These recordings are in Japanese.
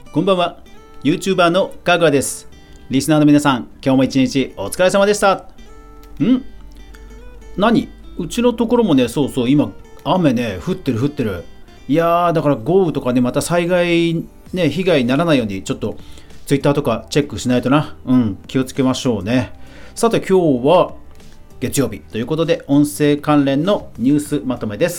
こんばんは。 YouTuber のかぐわです。リスナーの皆さん、今日も一日お疲れ様でした。うちのところもね、そう今雨ね降ってる。いやー、だから豪雨とかね、また災害ね、被害にならないようにちょっと Twitter とかチェックしないとな。気をつけましょうね。さて今日は月曜日ということで、音声関連のニュースまとめです。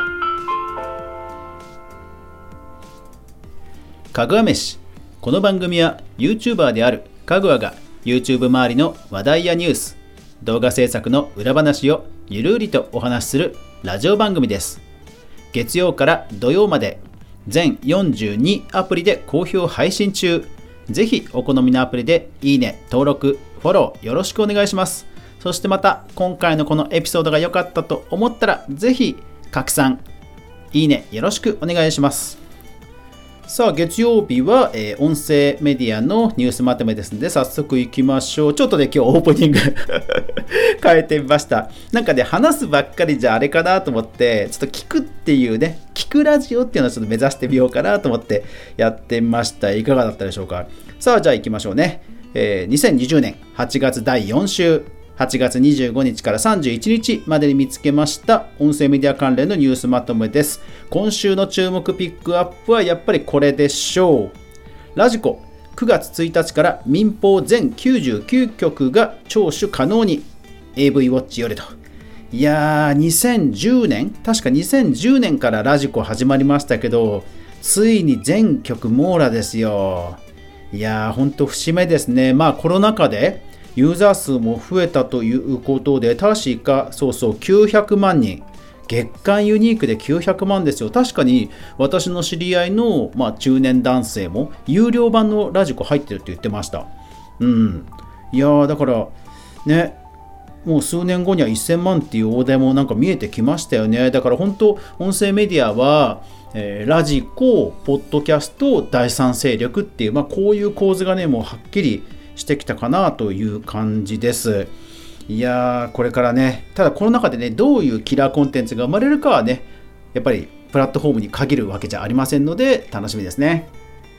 かぐわ飯。この番組は YouTuber であるかぐわが YouTube 周りの話題やニュース、動画制作の裏話をゆるりとお話しするラジオ番組です。月曜から土曜まで全42アプリで好評配信中。ぜひお好みのアプリでいいね、登録、フォローよろしくお願いします。そしてまた今回のこのエピソードが良かったと思ったら、ぜひ拡散、いいねよろしくお願いします。さあ月曜日は、音声メディアのニュースまとめですので、早速いきましょう。ちょっとね今日オープニング変えてみました。なんかね話すばっかりじゃあれかなと思って、ちょっと聞くっていうね、聞くラジオっていうのをちょっと目指してみようかなと思ってやってみました。いかがだったでしょうか。さあじゃあ行きましょうね。2020年8月第4週、8月25日から31日までに見つけました音声メディア関連のニュースまとめです。今週の注目ピックアップはやっぱりこれでしょう。ラジコ9月1日から民放全99局が聴取可能に。 AV ウォッチよりと。いやー、確か2010年からラジコ始まりましたけど、ついに全局網羅ですよ。いやー、ほんと節目ですね。コロナ禍でユーザー数も増えたということで、確か900万人、月間ユニークで900万ですよ。確かに私の知り合いの、中年男性も有料版のラジコ入ってるって言ってました。いやー、だからね、もう数年後には1000万っていう大台もなんか見えてきましたよね。だから本当音声メディアは、ラジコ、ポッドキャスト、第三勢力っていう、こういう構図がねもうはっきりしてきたかなという感じです。いやー、これからね、ただこの中でね、どういうキラーコンテンツが生まれるかはね、やっぱりプラットフォームに限るわけじゃありませんので、楽しみですね。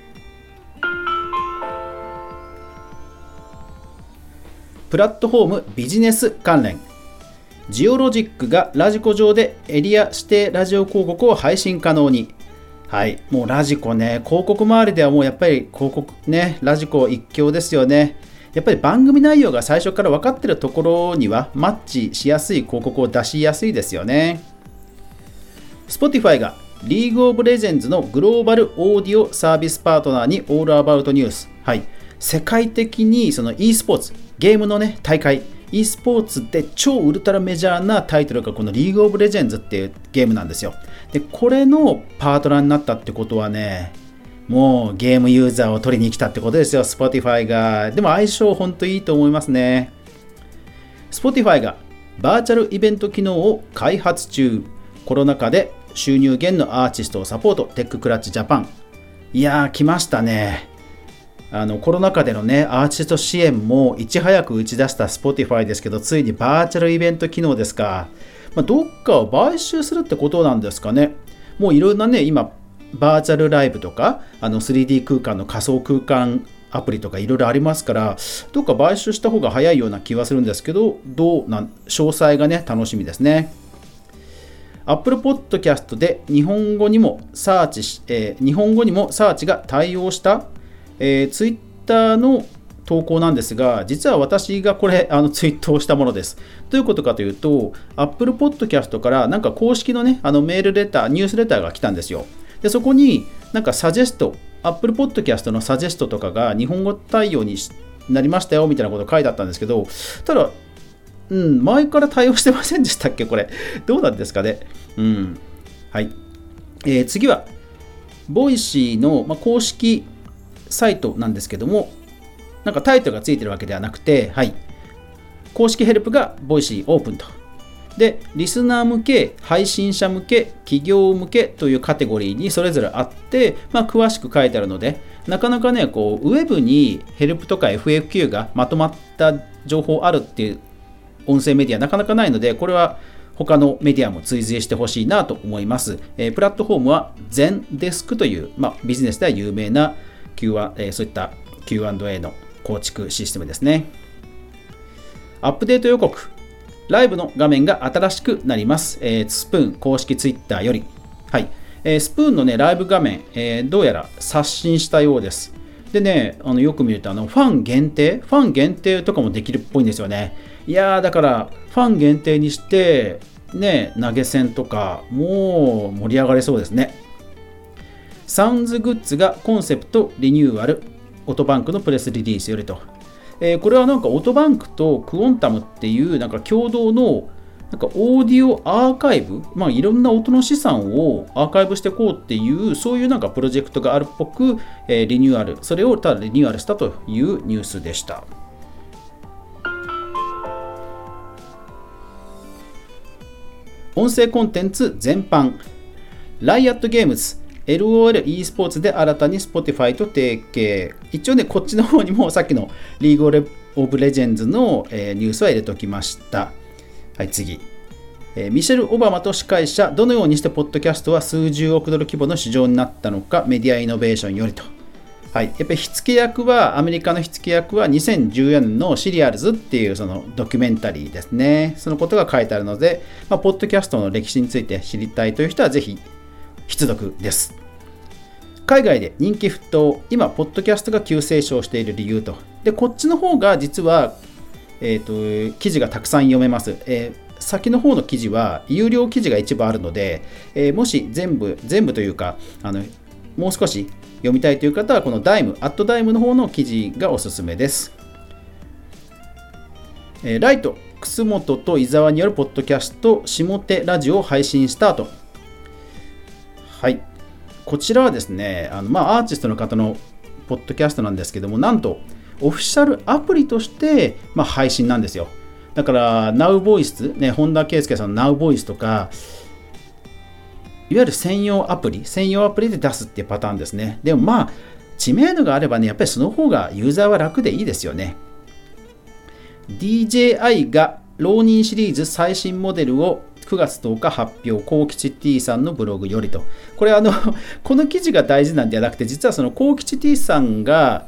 プラットフォームビジネス関連。ジオロジックがラジコ上でエリア指定ラジオ広告を配信可能に。はい、もうラジコね、広告周りではもうやっぱり広告ね、ラジコ一強ですよね。やっぱり番組内容が最初から分かっているところにはマッチしやすい広告を出しやすいですよね。Spotify がリーグオブレジェンズのグローバルオーディオサービスパートナーにオールアバウトニュース。はい、世界的にその e スポーツ、ゲームのね大会、e スポーツで超ウルトラメジャーなタイトルがこのリーグオブレジェンズっていうゲームなんですよ。でこれのパートナーになったってことはね、もうゲームユーザーを取りに来たってことですよ、 Spotify が。でも相性ほんといいと思いますね。 Spotify がバーチャルイベント機能を開発中。コロナ禍で収入減のアーティストをサポート、テッククラッチジャパン。いやー、来ましたね。コロナ禍でのねアーティスト支援もいち早く打ち出した Spotify ですけど、ついにバーチャルイベント機能ですか。どっかを買収するってことなんですかね。もういろんなね、今バーチャルライブとか3D 空間の仮想空間アプリとかいろいろありますから、どっか買収した方が早いような気はするんですけど、詳細がね楽しみですね。Apple Podcast で日本語にもサーチが対応した、Twitter の投稿なんですが、実は私がこれツイートをしたものです。どういうことかというと、 Apple Podcast からなんか公式のねメールレター、ニュースレターが来たんですよ。でそこになんかサジェスト、 Apple Podcast のサジェストとかが日本語対応になりましたよみたいなことが書いてあったんですけど、ただ前から対応してませんでしたっけ、これどうなんですかね。はい、次はボイシーの、公式サイトなんですけども、なんかタイトルがついてるわけではなくて、はい、公式ヘルプがボイシーオープンと。で、リスナー向け、配信者向け、企業向けというカテゴリーにそれぞれあって、詳しく書いてあるので、なかなかね、ウェブにヘルプとか FAQ がまとまった情報あるっていう音声メディアなかなかないので、これは他のメディアも追随してほしいなと思います。プラットフォームは Zendesk という、ビジネスでは有名なそういった Q&A の構築システムですね。アップデート予告、ライブの画面が新しくなります。スプーン公式 Twitter より。はい。スプーンのね、ライブ画面、どうやら刷新したようです。でね、よく見るとファン限定とかもできるっぽいんですよね。いやー、だからファン限定にしてね、投げ銭とかもう盛り上がれそうですね。サウンズグッズがコンセプトリニューアル、オトバンクのプレスリリースよりと。これはなんかオトバンクとクオンタムっていうなんか共同のなんかオーディオアーカイブ、いろんな音の資産をアーカイブしていこうっていう、そういうなんかプロジェクトがあるっぽく、リニューアル、それをただリニューアルしたというニュースでした。音声コンテンツ全般、ライアットゲームズ、LOL e スポーツで新たに Spotify と提携。一応ね、こっちの方にもさっきのリーグオブレジェンズのニュースは入れておきました。はい、次。ミシェル・オバマと司会者、どのようにしてポッドキャストは数十億ドル規模の市場になったのか、メディアイノベーションよりと。はい、やっぱり火付け役は、アメリカの火付け役は2014年のシリアルズっていうそのドキュメンタリーですね。そのことが書いてあるので、ポッドキャストの歴史について知りたいという人はぜひ必読です。海外で人気沸騰、今、ポッドキャストが急成長している理由と。で、こっちの方が実は、記事がたくさん読めます。先の方の記事は有料記事が一部あるので、もし全部というかもう少し読みたいという方はこのダイムの方の記事がおすすめです。ライト、楠本と伊沢によるポッドキャスト下手ラジオを配信スタート。はい、こちらはですね、アーティストの方のポッドキャストなんですけども、なんとオフィシャルアプリとして、配信なんですよ。だから NowVoice、ね、本田圭佑さんの NowVoice とか、いわゆる専用アプリで出すっていうパターンですね。でも知名度があればね、やっぱりその方がユーザーは楽でいいですよね。DJI が浪人シリーズ最新モデルを9月10日発表、幸吉 T さんのブログよりと。これこの記事が大事なんじゃなくて、実はその幸吉 T さんが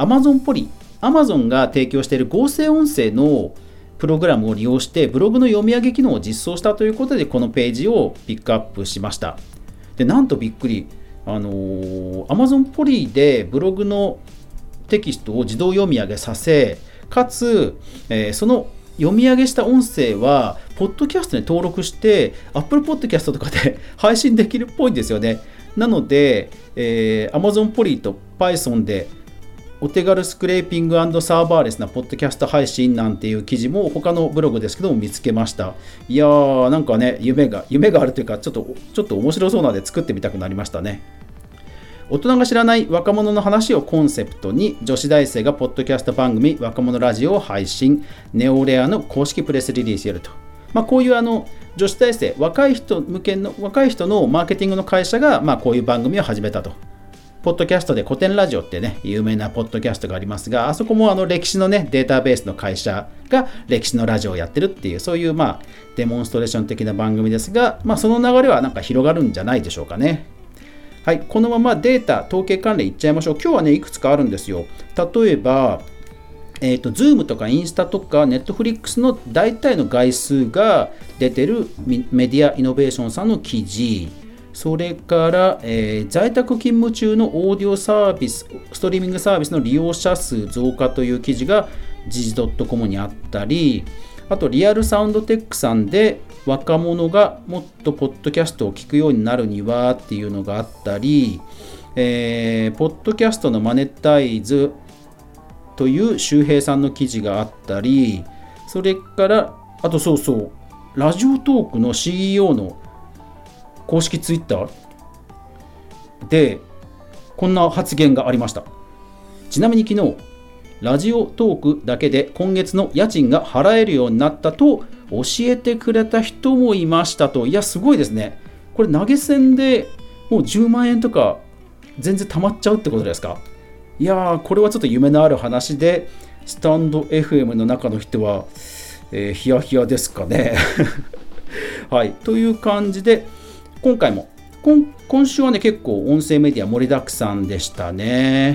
Amazon が提供している合成音声のプログラムを利用してブログの読み上げ機能を実装したということで、このページをピックアップしました。で、なんとびっくり、Amazon ポリでブログのテキストを自動読み上げさせ、かつ、その読み上げした音声はポッドキャストに登録して Apple Podcast とかで配信できるっぽいんですよね。なので、Amazon ポリと Python でお手軽スクレーピング&サーバーレスなポッドキャスト配信なんていう記事も他のブログですけども見つけました。いやー、なんかね、夢があるというか、ちょっと面白そうなので作ってみたくなりましたね。大人が知らない若者の話をコンセプトに、女子大生がポッドキャスト番組若者ラジオを配信、ネオレアの公式プレスリリースやると。こういう女子大生、若い人のマーケティングの会社がこういう番組を始めたと。ポッドキャストで古典ラジオってね、有名なポッドキャストがありますが、あそこも歴史のね、データベースの会社が歴史のラジオをやってるっていう、そういうデモンストレーション的な番組ですが、その流れはなんか広がるんじゃないでしょうかね。はい、このままデータ、統計関連いっちゃいましょう。今日はね、いくつかあるんですよ。例えば、Zoom とかインスタとか Netflix の大体の概数が出てるメディアイノベーションさんの記事、それから、在宅勤務中のオーディオサービス、ストリーミングサービスの利用者数増加という記事が時事 .com にあったり、あとリアルサウンドテックさんで若者がもっとポッドキャストを聞くようになるにはっていうのがあったり、ポッドキャストのマネタイズという周平さんの記事があったり、それからあとラジオトークの CEO の公式ツイッターでこんな発言がありました。ちなみに昨日ラジオトークだけで今月の家賃が払えるようになったと教えてくれた人もいましたと。いや、すごいですね。これ投げ銭でもう10万円とか全然溜まっちゃうってことですか。いやー、これはちょっと夢のある話で、スタンド FM の中の人は、ヒヤヒヤですかね。はい、という感じで今回も今週はね、結構音声メディア盛りだくさんでしたね。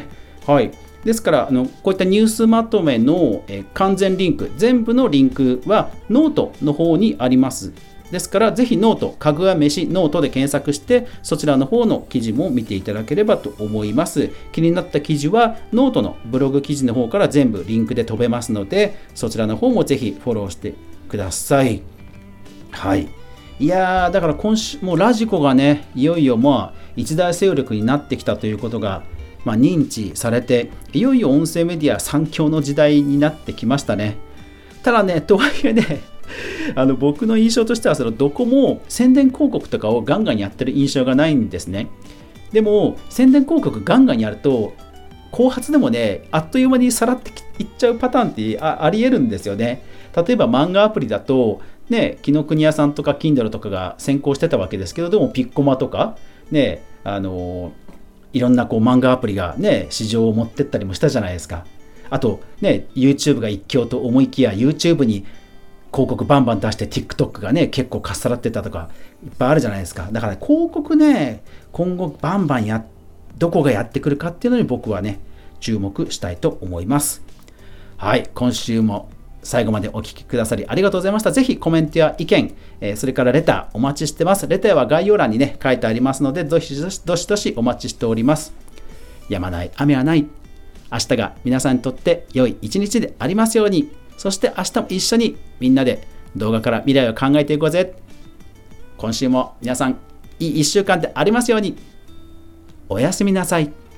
はい。ですからこういったニュースまとめの完全リンク、全部のリンクはノートの方にあります。ですからぜひノート、かぐわ飯ノートで検索してそちらの方の記事も見ていただければと思います。気になった記事はノートのブログ記事の方から全部リンクで飛べますので、そちらの方もぜひフォローしてください。はい。いやー、だから今週もうラジコがね、いよいよ一大勢力になってきたということが認知されて、いよいよ音声メディア3強の時代になってきましたね。ただね、とはいえね、僕の印象としてはどこも宣伝広告とかをガンガンやってる印象がないんですね。でも宣伝広告ガンガンやると後発でもね、あっという間にさらっていっちゃうパターンってありえるんですよね。例えば漫画アプリだとね、紀ノ国屋さんとか Kindle とかが先行してたわけですけど、でもピッコマとかね、いろんな漫画アプリがね、市場を持ってったりもしたじゃないですか。あとね、YouTube が一強と思いきや YouTube に広告バンバン出して TikTok がね結構かっさらってたとかいっぱいあるじゃないですか。だから広告ね、今後バンバンどこがやってくるかっていうのに僕はね注目したいと思います。はい、今週も最後までお聞きくださりありがとうございました。ぜひコメントや意見、それからレターお待ちしてます。レターは概要欄にね書いてありますのでどしどしお待ちしております。やまない雨はない。明日が皆さんにとって良い一日でありますように。そして明日も一緒にみんなで動画から未来を考えていこうぜ。今週も皆さんいい1週間でありますように。おやすみなさい。